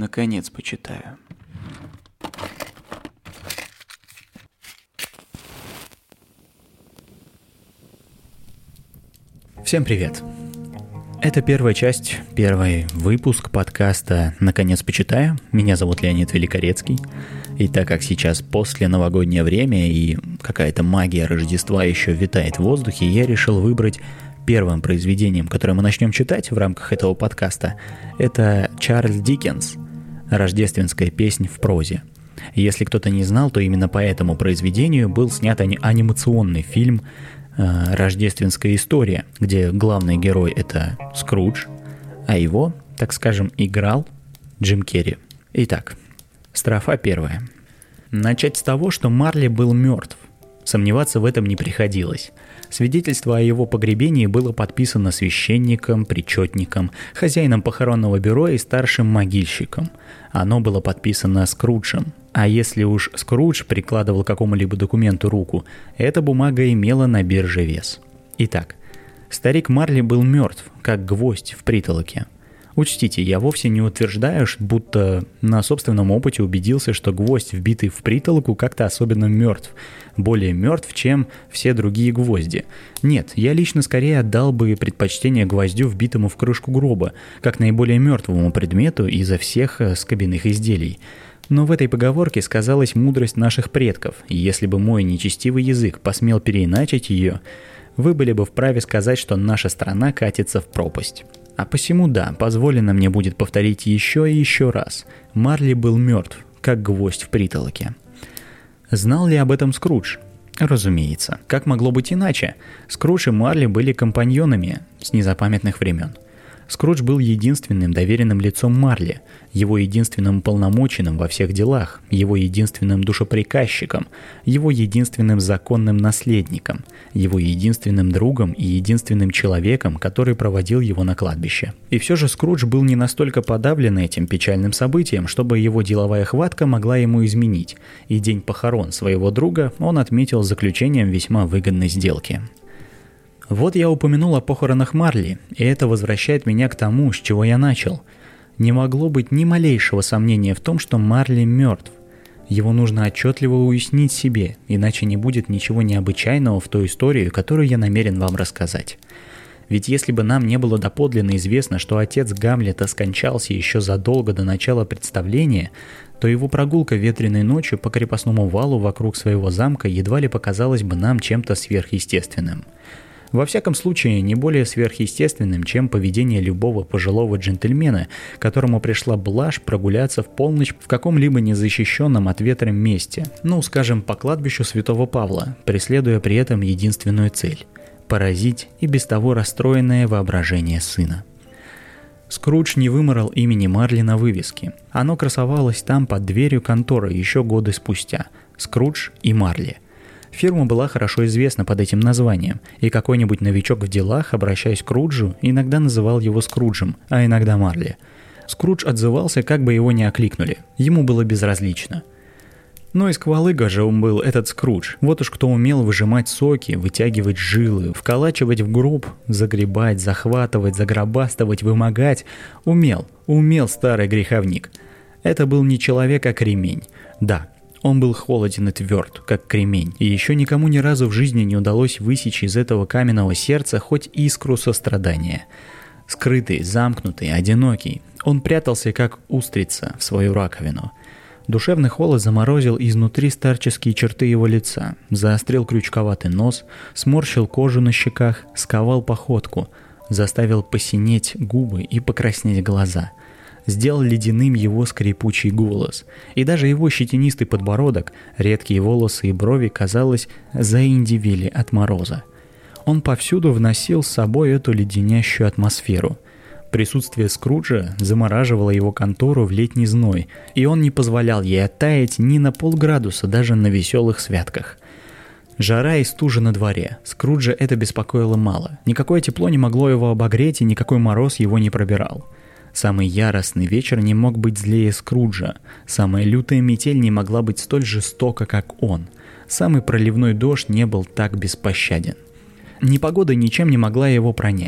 наконец почитаю. Всем привет! Это первая часть, первый выпуск подкаста «Наконец почитаю». Меня зовут Леонид Великорецкий. И так как сейчас после новогоднее время и какая-то магия Рождества еще витает в воздухе, я решил выбрать первым произведением, которое мы начнем читать в рамках этого подкаста. Это Чарльз Диккенс «Рождественская песнь в прозе». Если кто-то не знал, то именно по этому произведению был снят анимационный фильм «Рождественская история», где главный герой — это Скрудж, а его, так скажем, играл Джим Керри. Итак, строфа первая. Начать с того, что Марли был мертв. Сомневаться в этом не приходилось. Свидетельство о его погребении было подписано священником, причетником, хозяином похоронного бюро и старшим могильщиком. Оно было подписано Скруджем. А если уж Скрудж прикладывал к какому-либо документу руку, эта бумага имела на бирже вес. Итак, старик Марли был мертв, как гвоздь в притолоке. Учтите, я вовсе не утверждаю, будто на собственном опыте убедился, что гвоздь, вбитый в притолоку, как-то особенно мертв. Более мертв, чем все другие гвозди. Нет, я лично скорее отдал бы предпочтение гвоздю, вбитому в крышку гроба, как наиболее мертвому предмету изо всех скобяных изделий. Но в этой поговорке сказалась мудрость наших предков, и если бы мой нечестивый язык посмел переиначить ее, вы были бы вправе сказать, что наша страна катится в пропасть. А посему да, позволено мне будет повторить еще и еще раз. Марли был мертв, как гвоздь в притолоке. Знал ли об этом Скрудж? Разумеется. Как могло быть иначе? Скрудж и Марли были компаньонами с незапамятных времен. Скрудж был единственным доверенным лицом Марли, его единственным уполномоченным во всех делах, его единственным душеприказчиком, его единственным законным наследником, его единственным другом и единственным человеком, который проводил его на кладбище. И все же Скрудж был не настолько подавлен этим печальным событием, чтобы его деловая хватка могла ему изменить, и день похорон своего друга он отметил заключением весьма выгодной сделки. Вот я упомянул о похоронах Марли, и это возвращает меня к тому, с чего я начал. Не могло быть ни малейшего сомнения в том, что Марли мертв. Его нужно отчетливо уяснить себе, иначе не будет ничего необычайного в той истории, которую я намерен вам рассказать. Ведь если бы нам не было доподлинно известно, что отец Гамлета скончался еще задолго до начала представления, то его прогулка ветреной ночью по крепостному валу вокруг своего замка едва ли показалась бы нам чем-то сверхъестественным. Во всяком случае, не более сверхъестественным, чем поведение любого пожилого джентльмена, которому пришла блажь прогуляться в полночь в каком-либо незащищенном от ветра месте, скажем, по кладбищу Святого Павла, преследуя при этом единственную цель – поразить и без того расстроенное воображение сына. Скрудж не вымарал имени Марли на вывеске. Оно красовалось там под дверью конторы еще годы спустя – Скрудж и Марли. Фирма была хорошо известна под этим названием, и какой-нибудь новичок в делах, обращаясь к Скруджу, иногда называл его Скруджем, а иногда Марли. Скрудж отзывался, как бы его ни окликнули. Ему было безразлично. И сквалыга же он был, этот Скрудж. Вот уж кто умел выжимать соки, вытягивать жилы, вколачивать в гроб, загребать, захватывать, загробастывать, вымогать. Умел старый греховник. Это был не человек, а кремень. Да. Он был холоден и тверд, как кремень, и еще никому ни разу в жизни не удалось высечь из этого каменного сердца хоть искру сострадания. Скрытый, замкнутый, одинокий, он прятался, как устрица, в свою раковину. Душевный холод заморозил изнутри старческие черты его лица, заострил крючковатый нос, сморщил кожу на щеках, сковал походку, заставил посинеть губы и покраснеть глаза. Сделал ледяным его скрипучий голос, и даже его щетинистый подбородок, редкие волосы и брови, казалось, заиндивели от мороза. Он повсюду вносил с собой эту леденящую атмосферу. Присутствие Скруджа замораживало его контору в летний зной, и он не позволял ей оттаять ни на полградуса даже на веселых святках. Жара и стужа на дворе. Скруджа это беспокоило мало. Никакое тепло не могло его обогреть, и никакой мороз его не пробирал. Самый яростный вечер не мог быть злее Скруджа. Самая лютая метель не могла быть столь жестока, как он. Самый проливной дождь не был так беспощаден. Непогода ничем не могла его пронять.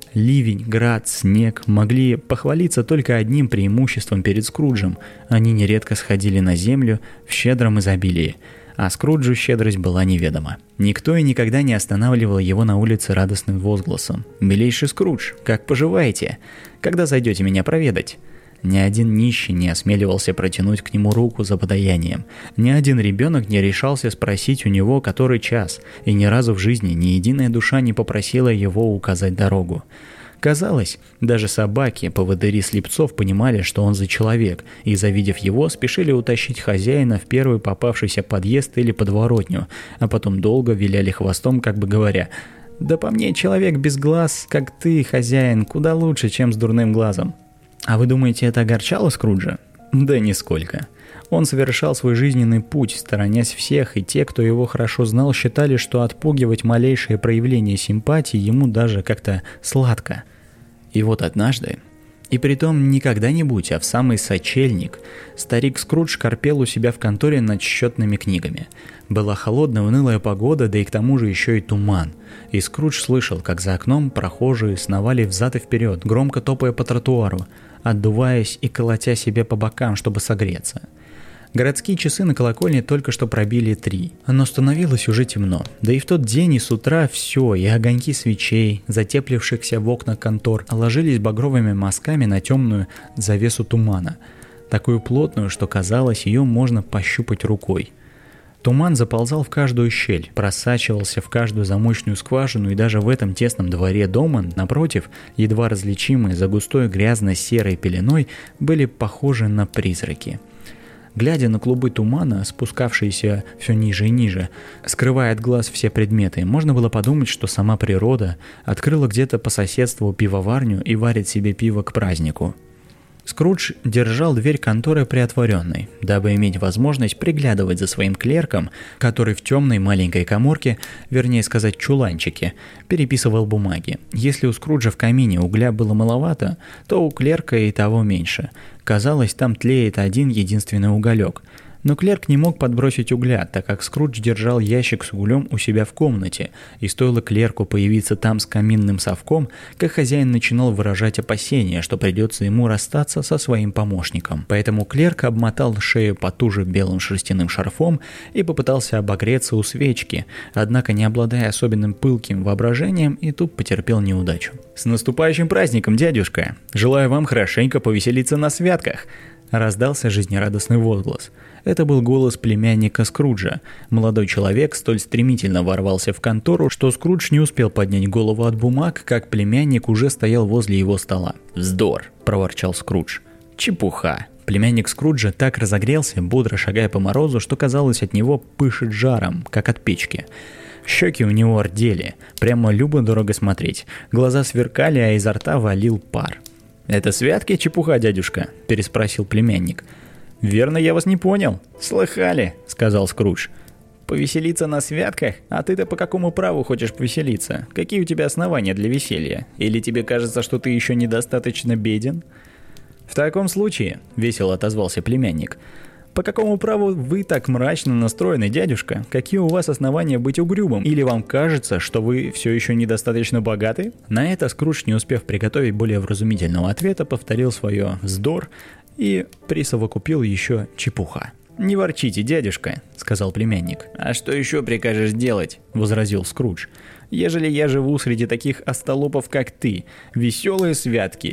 Ливень, град, снег могли похвалиться только одним преимуществом перед Скруджем. Они нередко сходили на землю в щедром изобилии, а Скруджу щедрость была неведома. Никто и никогда не останавливал его на улице радостным возгласом: «Милейший Скрудж, как поживаете? Когда зайдете меня проведать?» Ни один нищий не осмеливался протянуть к нему руку за подаянием. Ни один ребенок не решался спросить у него, который час, и ни разу в жизни ни единая душа не попросила его указать дорогу. Казалось, даже собаки, поводыри слепцов, понимали, что он за человек, и, завидев его, спешили утащить хозяина в первый попавшийся подъезд или подворотню, а потом долго виляли хвостом, как бы говоря: «Да по мне человек без глаз, как ты, хозяин, куда лучше, чем с дурным глазом». А вы думаете, это огорчало Скруджа? Да нисколько. Он совершал свой жизненный путь, сторонясь всех, и те, кто его хорошо знал, считали, что отпугивать малейшее проявление симпатии ему даже как-то сладко. И вот однажды, и притом не когда-нибудь, а в самый сочельник, старик Скрудж корпел у себя в конторе над счетными книгами. Была холодная, унылая погода, да и к тому же еще и туман. И Скрудж слышал, как за окном прохожие сновали взад и вперед, громко топая по тротуару, отдуваясь и колотя себе по бокам, чтобы согреться. Городские часы на колокольне только что пробили 3, но становилось уже темно. Да и в тот день и с утра все, и огоньки свечей, затеплившихся в окна контор, ложились багровыми мазками на темную завесу тумана, такую плотную, что казалось, ее можно пощупать рукой. Туман заползал в каждую щель, просачивался в каждую замочную скважину, и даже в этом тесном дворе дома, напротив, едва различимые за густой грязно-серой пеленой, были похожи на призраки. Глядя на клубы тумана, спускавшиеся все ниже и ниже, скрывая от глаз все предметы, можно было подумать, что сама природа открыла где-то по соседству пивоварню и варит себе пиво к празднику. Скрудж держал дверь конторы приотворенной, дабы иметь возможность приглядывать за своим клерком, который в темной маленькой каморке, вернее сказать чуланчике, переписывал бумаги. Если у Скруджа в камине угля было маловато, то у клерка и того меньше. Казалось, там тлеет один единственный уголек. Но клерк не мог подбросить угля, так как Скрудж держал ящик с углем у себя в комнате, и стоило клерку появиться там с каминным совком, как хозяин начинал выражать опасения, что придется ему расстаться со своим помощником. Поэтому клерк обмотал шею потуже белым шерстяным шарфом и попытался обогреться у свечки, однако, не обладая особенным пылким воображением, и тут потерпел неудачу. «С наступающим праздником, дядюшка! Желаю вам хорошенько повеселиться на святках!» Раздался жизнерадостный возглас. Это был голос племянника Скруджа. Молодой человек столь стремительно ворвался в контору, что Скрудж не успел поднять голову от бумаг, как племянник уже стоял возле его стола. «Вздор!» – проворчал Скрудж. «Чепуха!» Племянник Скруджа так разогрелся, бодро шагая по морозу, что казалось, от него пышет жаром, как от печки. Щеки у него рдели, прямо любо-дорого смотреть. Глаза сверкали, а изо рта валил пар. «Это святки, чепуха, дядюшка?» – переспросил племянник. «Верно, я вас не понял». «Слыхали», — сказал Скрудж. «Повеселиться на святках? А ты-то по какому праву хочешь повеселиться? Какие у тебя основания для веселья? Или тебе кажется, что ты еще недостаточно беден?» «В таком случае», — весело отозвался племянник, «по какому праву вы так мрачно настроены, дядюшка? Какие у вас основания быть угрюмым? Или вам кажется, что вы все еще недостаточно богаты?» На это Скрудж, не успев приготовить более вразумительного ответа, повторил свое «вздор» и присовокупил еще «чепуха». «Не ворчите, дядюшка», — сказал племянник. «А что еще прикажешь делать?» — возразил Скрудж. «Ежели я живу среди таких остолопов, как ты. Веселые святки,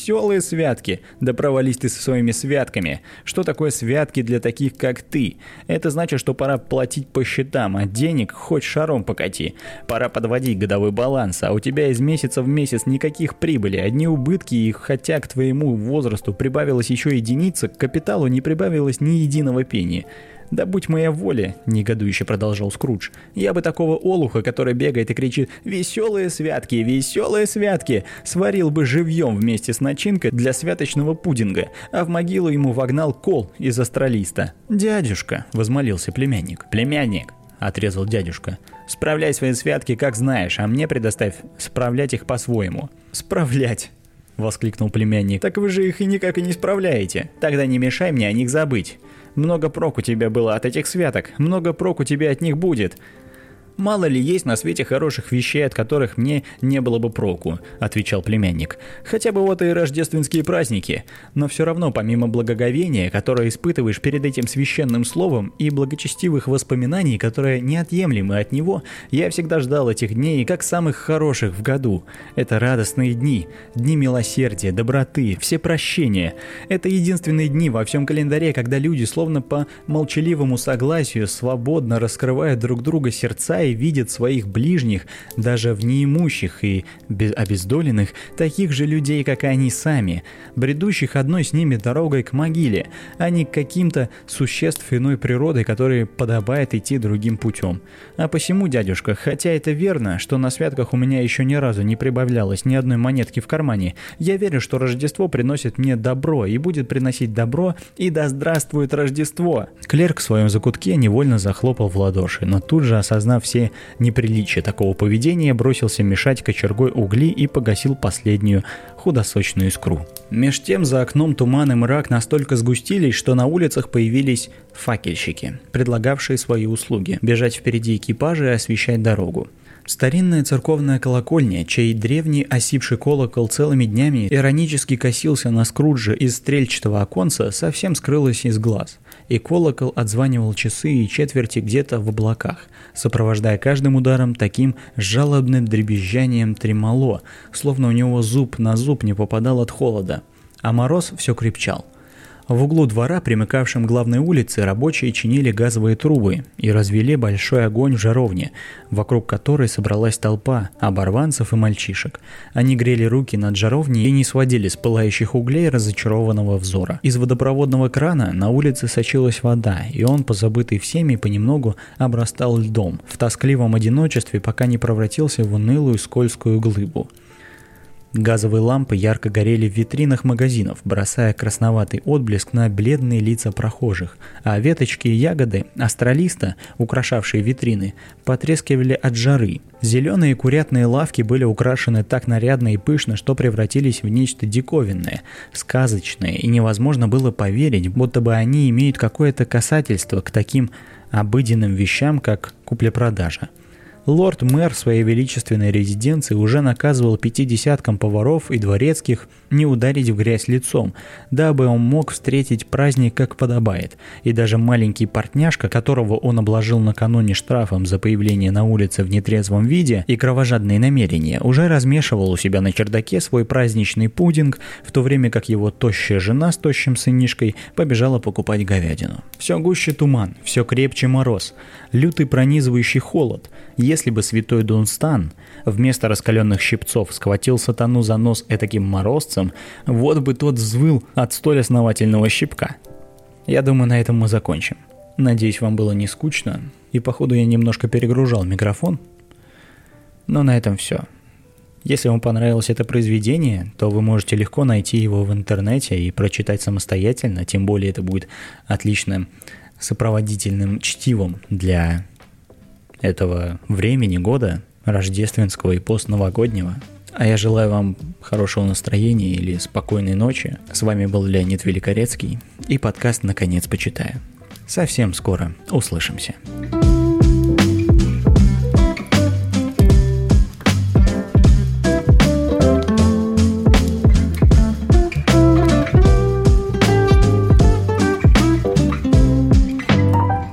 да провались ты со своими святками. Что такое святки для таких, как ты? Это значит, что пора платить по счетам, а денег хоть шаром покати. Пора подводить годовой баланс, а у тебя из месяца в месяц никаких прибыли, одни убытки, и хотя к твоему возрасту прибавилась еще единица, к капиталу не прибавилось ни единого пенни. «Да будь моя воля», — негодующе продолжал Скрудж, «я бы такого олуха, который бегает и кричит веселые святки, сварил бы живьем вместе с начинкой для святочного пудинга, а в могилу ему вогнал кол из астролиста». «Дядюшка», — возмолился племянник. «Племянник», — отрезал дядюшка, — «справляй свои святки как знаешь, а мне предоставь справлять их по-своему». «Справлять», — воскликнул племянник, — «так вы же их и никак и не справляете. Тогда не мешай мне о них забыть. Много проку тебе было от этих святок, много проку тебе от них будет». «Мало ли есть на свете хороших вещей, от которых мне не было бы проку», – отвечал племянник. «Хотя бы вот и рождественские праздники. Но все равно, помимо благоговения, которое испытываешь перед этим священным словом, и благочестивых воспоминаний, которые неотъемлемы от него, я всегда ждал этих дней как самых хороших в году. Это радостные дни, дни милосердия, доброты, всепрощения. Это единственные дни во всем календаре, когда люди, словно по молчаливому согласию, свободно раскрывают друг друга сердца и видят своих ближних, даже в неимущих и обездоленных, таких же людей, как и они сами, бредущих одной с ними дорогой к могиле, а не к каким-то существ иной природы, которые подобает идти другим путем. А посему, дядюшка, хотя это верно, что на святках у меня еще ни разу не прибавлялось ни одной монетки в кармане, я верю, что Рождество приносит мне добро и будет приносить добро, и да здравствует Рождество!» Клерк в своем закутке невольно захлопал в ладоши, но тут же, осознав все неприличия такого поведения, бросился мешать кочергой угли и погасил последнюю худосочную искру. Меж тем за окном туман и мрак настолько сгустились, что на улицах появились факельщики, предлагавшие свои услуги – бежать впереди экипажа и освещать дорогу. Старинная церковная колокольня, чей древний осипший колокол целыми днями иронически косился на Скруджа из стрельчатого оконца, совсем скрылась из глаз, и колокол отзванивал часы и четверти где-то в облаках, сопровождая каждым ударом таким жалобным дребезжанием тремоло, словно у него зуб на зуб не попадал от холода, а мороз все крепчал. В углу двора, примыкавшем к главной улице, рабочие чинили газовые трубы и развели большой огонь в жаровне, вокруг которой собралась толпа оборванцев и мальчишек. Они грели руки над жаровней и не сводили с пылающих углей разочарованного взора. Из водопроводного крана на улице сочилась вода, и он, позабытый всеми, понемногу обрастал льдом, в тоскливом одиночестве, пока не превратился в унылую скользкую глыбу. Газовые лампы ярко горели в витринах магазинов, бросая красноватый отблеск на бледные лица прохожих, а веточки и ягоды астролиста, украшавшие витрины, потрескивали от жары. Зеленые курятные лавки были украшены так нарядно и пышно, что превратились в нечто диковинное, сказочное, и невозможно было поверить, будто бы они имеют какое-то касательство к таким обыденным вещам, как купля-продажа. Лорд-мэр в своей величественной резиденции уже наказывал 50 поваров и дворецких не ударить в грязь лицом, дабы он мог встретить праздник как подобает, и даже маленький портняшка, которого он обложил накануне штрафом за появление на улице в нетрезвом виде и кровожадные намерения, уже размешивал у себя на чердаке свой праздничный пудинг, в то время как его тощая жена с тощим сынишкой побежала покупать говядину. Все гуще туман, все крепче мороз, лютый пронизывающий холод. Если бы святой Дунстан вместо раскаленных щипцов схватил сатану за нос этаким морозцем, вот бы тот взвыл от столь основательного щипка. Я думаю, на этом мы закончим. Надеюсь, вам было не скучно, и походу я немножко перегружал микрофон. Но на этом все. Если вам понравилось это произведение, то вы можете легко найти его в интернете и прочитать самостоятельно, тем более это будет отличным сопроводительным чтивом для этого времени года, рождественского и постновогоднего. А я желаю вам хорошего настроения или спокойной ночи. С вами был Леонид Великорецкий и подкаст «Наконец почитаю». Совсем скоро услышимся.